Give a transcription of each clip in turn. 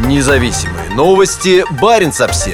Независимые новости. Баренц-Обсервис.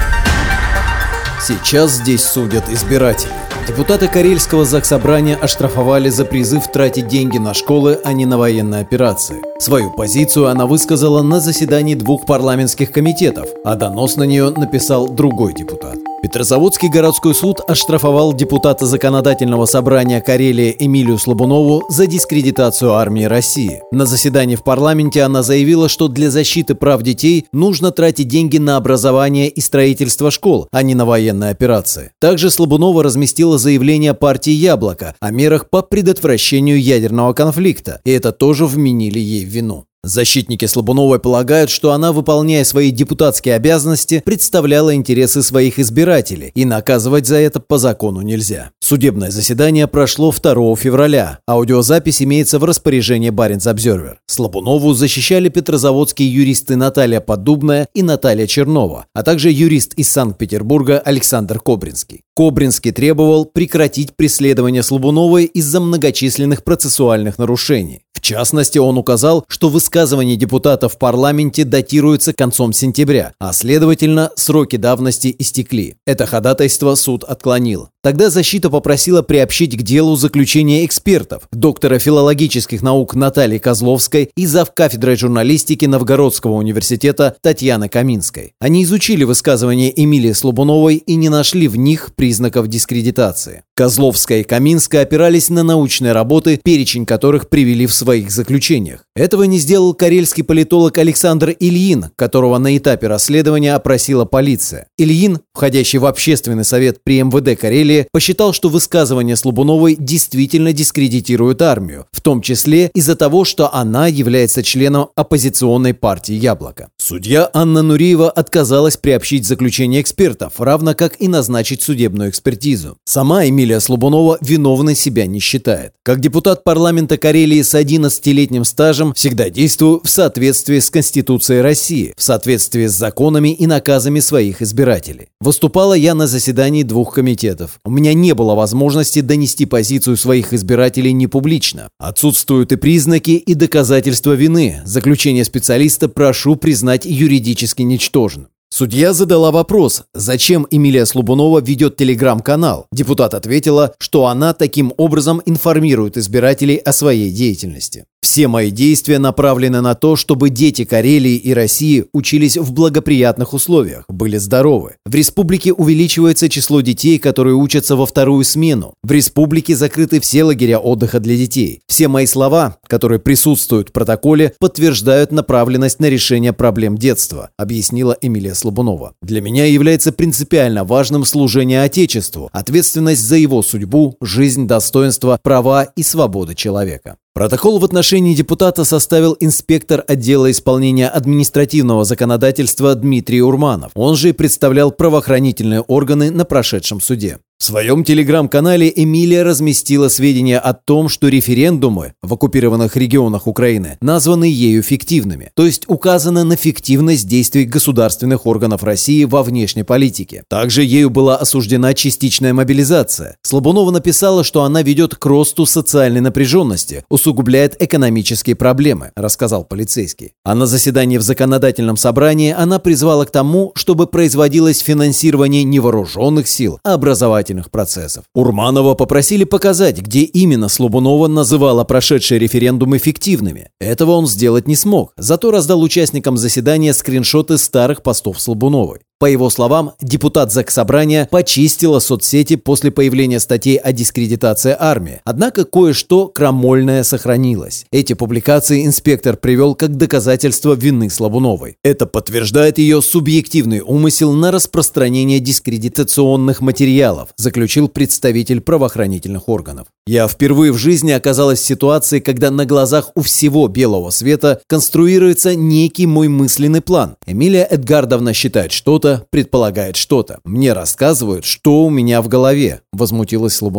Сейчас здесь судят избиратели. Депутаты Карельского заксобрания оштрафовали за призыв тратить деньги на школы, а не на военные операции. Свою позицию она высказала на заседании двух парламентских комитетов, а донос на нее написал другой депутат. Петрозаводский городской суд оштрафовал депутата Законодательного собрания Карелии Эмилию Слабунову за дискредитацию армии России. На заседании в парламенте она заявила, что для защиты прав детей нужно тратить деньги на образование и строительство школ, а не на военные операции. Также Слабунова разместила заявление партии «Яблоко» о мерах по предотвращению ядерного конфликта, и это тоже вменили ей в вину. Защитники Слабуновой полагают, что она, выполняя свои депутатские обязанности, представляла интересы своих избирателей, и наказывать за это по закону нельзя. Судебное заседание прошло 2 февраля. Аудиозапись имеется в распоряжении Баренц-Обсервис. Слабунову защищали петрозаводские юристы Наталья Поддубная и Наталья Чернова, а также юрист из Санкт-Петербурга Александр Кобринский. Кобринский требовал прекратить преследование Слабуновой из-за многочисленных процессуальных нарушений. В частности, он указал, что высказывания депутатов в парламенте датируются концом сентября, а следовательно, сроки давности истекли. Это ходатайство суд отклонил. Тогда защита попросила приобщить к делу заключение экспертов, доктора филологических наук Натальи Козловской и завкафедрой журналистики Новгородского университета Татьяны Каминской. Они изучили высказывания Эмилии Слабуновой и не нашли в них признаков дискредитации. Козловская и Каминская опирались на научные работы, перечень которых привели в своих заключениях. Этого не сделал карельский политолог Александр Ильин, которого на этапе расследования опросила полиция. Ильин, входящий в общественный совет при МВД Карелии, посчитал, что высказывания Слабуновой действительно дискредитируют армию, в том числе из-за того, что она является членом оппозиционной партии «Яблоко». Судья Анна Нуриева отказалась приобщить заключение экспертов, равно как и назначить судебную экспертизу. Сама Эмилия Слабунова виновной себя не считает. Как депутат парламента Карелии с 11-летним стажем всегда действую в соответствии с Конституцией России, в соответствии с законами и наказами своих избирателей. Выступала я на заседании двух комитетов. У меня не было возможности донести позицию своих избирателей непублично. Отсутствуют и признаки, и доказательства вины. Заключение специалиста прошу признать юридически ничтожным. Судья задала вопрос, зачем Эмилия Слабунова ведет телеграм-канал. Депутат ответила, что она таким образом информирует избирателей о своей деятельности. Все мои действия направлены на то, чтобы дети Карелии и России учились в благоприятных условиях, были здоровы. В республике увеличивается число детей, которые учатся во вторую смену. В республике закрыты все лагеря отдыха для детей. Все мои слова, которые присутствуют в протоколе, подтверждают направленность на решение проблем детства, объяснила Эмилия Слабунова. Для меня является принципиально важным служение Отечеству, ответственность за его судьбу, жизнь, достоинство, права и свободы человека. Протокол в отношении депутата составил инспектор отдела исполнения административного законодательства Дмитрий Урманов. Он же и представлял правоохранительные органы на прошедшем суде. В своем телеграм-канале Эмилия разместила сведения о том, что референдумы в оккупированных регионах Украины названы ею фиктивными, то есть указано на фиктивность действий государственных органов России во внешней политике. Также ею была осуждена частичная мобилизация. Слабунова написала, что она ведет к росту социальной напряженности, усугубляет экономические проблемы, рассказал полицейский. А на заседании в законодательном собрании она призвала к тому, чтобы производилось финансирование не вооруженных сил, а образовательных процессов. Урманова попросили показать, где именно Слабунова называла прошедшие референдумы фиктивными. Этого он сделать не смог, зато раздал участникам заседания скриншоты старых постов Слабуновой. По его словам, депутат Заксобрания почистила соцсети после появления статей о дискредитации армии. Однако кое-что крамольное сохранилось. Эти публикации инспектор привел как доказательство вины Слабуновой. Это подтверждает ее субъективный умысел на распространение дискредитационных материалов, заключил представитель правоохранительных органов. Я впервые в жизни оказалась в ситуации, когда на глазах у всего белого света конструируется некий мой мысленный план. Эмилия Эдгардовна считает что-то, предполагает что-то. Мне рассказывают, что у меня в голове, возмутилась Слабунова.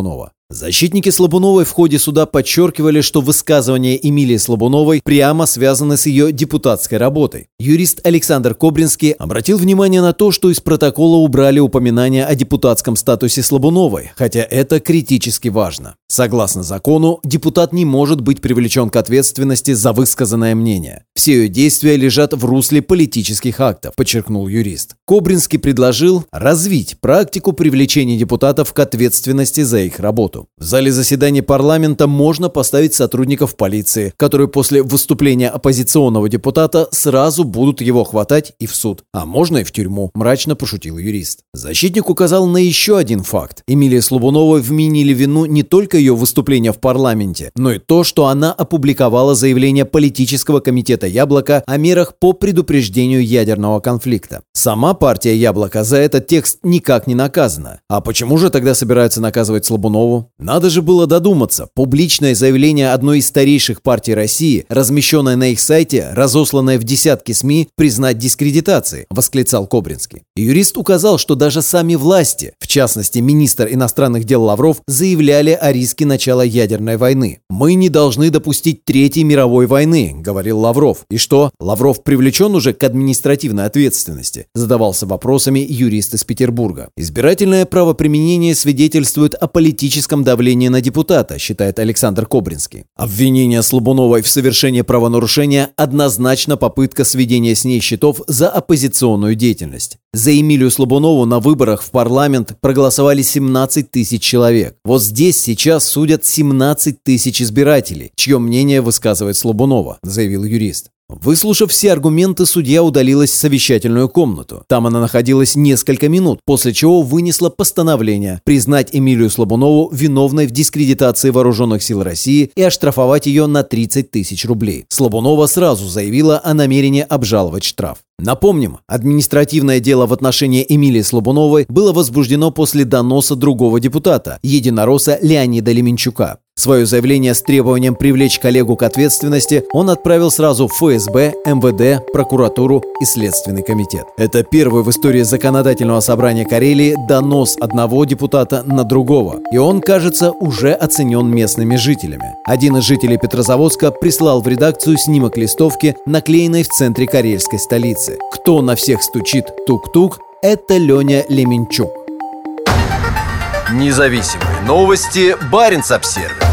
Защитники Слабуновой в ходе суда подчеркивали, что высказывания Эмилии Слабуновой прямо связаны с ее депутатской работой. Юрист Александр Кобринский обратил внимание на то, что из протокола убрали упоминание о депутатском статусе Слабуновой, хотя это критически важно. Согласно закону, депутат не может быть привлечен к ответственности за высказанное мнение. Все ее действия лежат в русле политических актов, подчеркнул юрист. Кобринский предложил развить практику привлечения депутатов к ответственности за их работу. В зале заседаний парламента можно поставить сотрудников полиции, которые после выступления оппозиционного депутата сразу будут его хватать и в суд. А можно и в тюрьму, мрачно пошутил юрист. Защитник указал на еще один факт. Эмилии Слабуновой вменили вину не только ее выступление в парламенте, но и то, что она опубликовала заявление политического комитета «Яблоко» о мерах по предупреждению ядерного конфликта. Сама партия «Яблоко» за этот текст никак не наказана. А почему же тогда собираются наказывать Слабунову? Надо же было додуматься. Публичное заявление одной из старейших партий России, размещенное на их сайте, разосланное в десятки СМИ, признать дискредитацией, восклицал Кобринский. Юрист указал, что даже сами власти, в частности министр иностранных дел Лавров, заявляли о риске начала ядерной войны. «Мы не должны допустить Третьей мировой войны», — говорил Лавров. И что, Лавров привлечен уже к административной ответственности? Задавался вопросами юрист из Петербурга. Избирательное правоприменение свидетельствует о политическом давлении на депутата, считает Александр Кобринский. Обвинение Слабуновой в совершении правонарушения однозначно попытка сведения с ней счетов за оппозиционную деятельность. За Эмилию Слабунову на выборах в парламент проголосовали 17 тысяч человек. Вот здесь сейчас судят 17 тысяч избирателей, чье мнение высказывает Слабунова, заявил юрист. Выслушав все аргументы, судья удалилась в совещательную комнату. Там она находилась несколько минут, после чего вынесла постановление признать Эмилию Слабунову виновной в дискредитации вооруженных сил России и оштрафовать ее на 30 тысяч рублей. Слабунова сразу заявила о намерении обжаловать штраф. Напомним, административное дело в отношении Эмилии Слабуновой было возбуждено после доноса другого депутата, единоросса Леонида Леменчука. Свое заявление с требованием привлечь коллегу к ответственности он отправил сразу в ФСБ, МВД, прокуратуру и Следственный комитет. Это первый в истории законодательного собрания Карелии донос одного депутата на другого. И он, кажется, уже оценен местными жителями. Один из жителей Петрозаводска прислал в редакцию снимок листовки, наклеенной в центре карельской столицы. Кто на всех стучит тук-тук, это Леня Леменчук. Независимые новости. Баренц-Обсервис.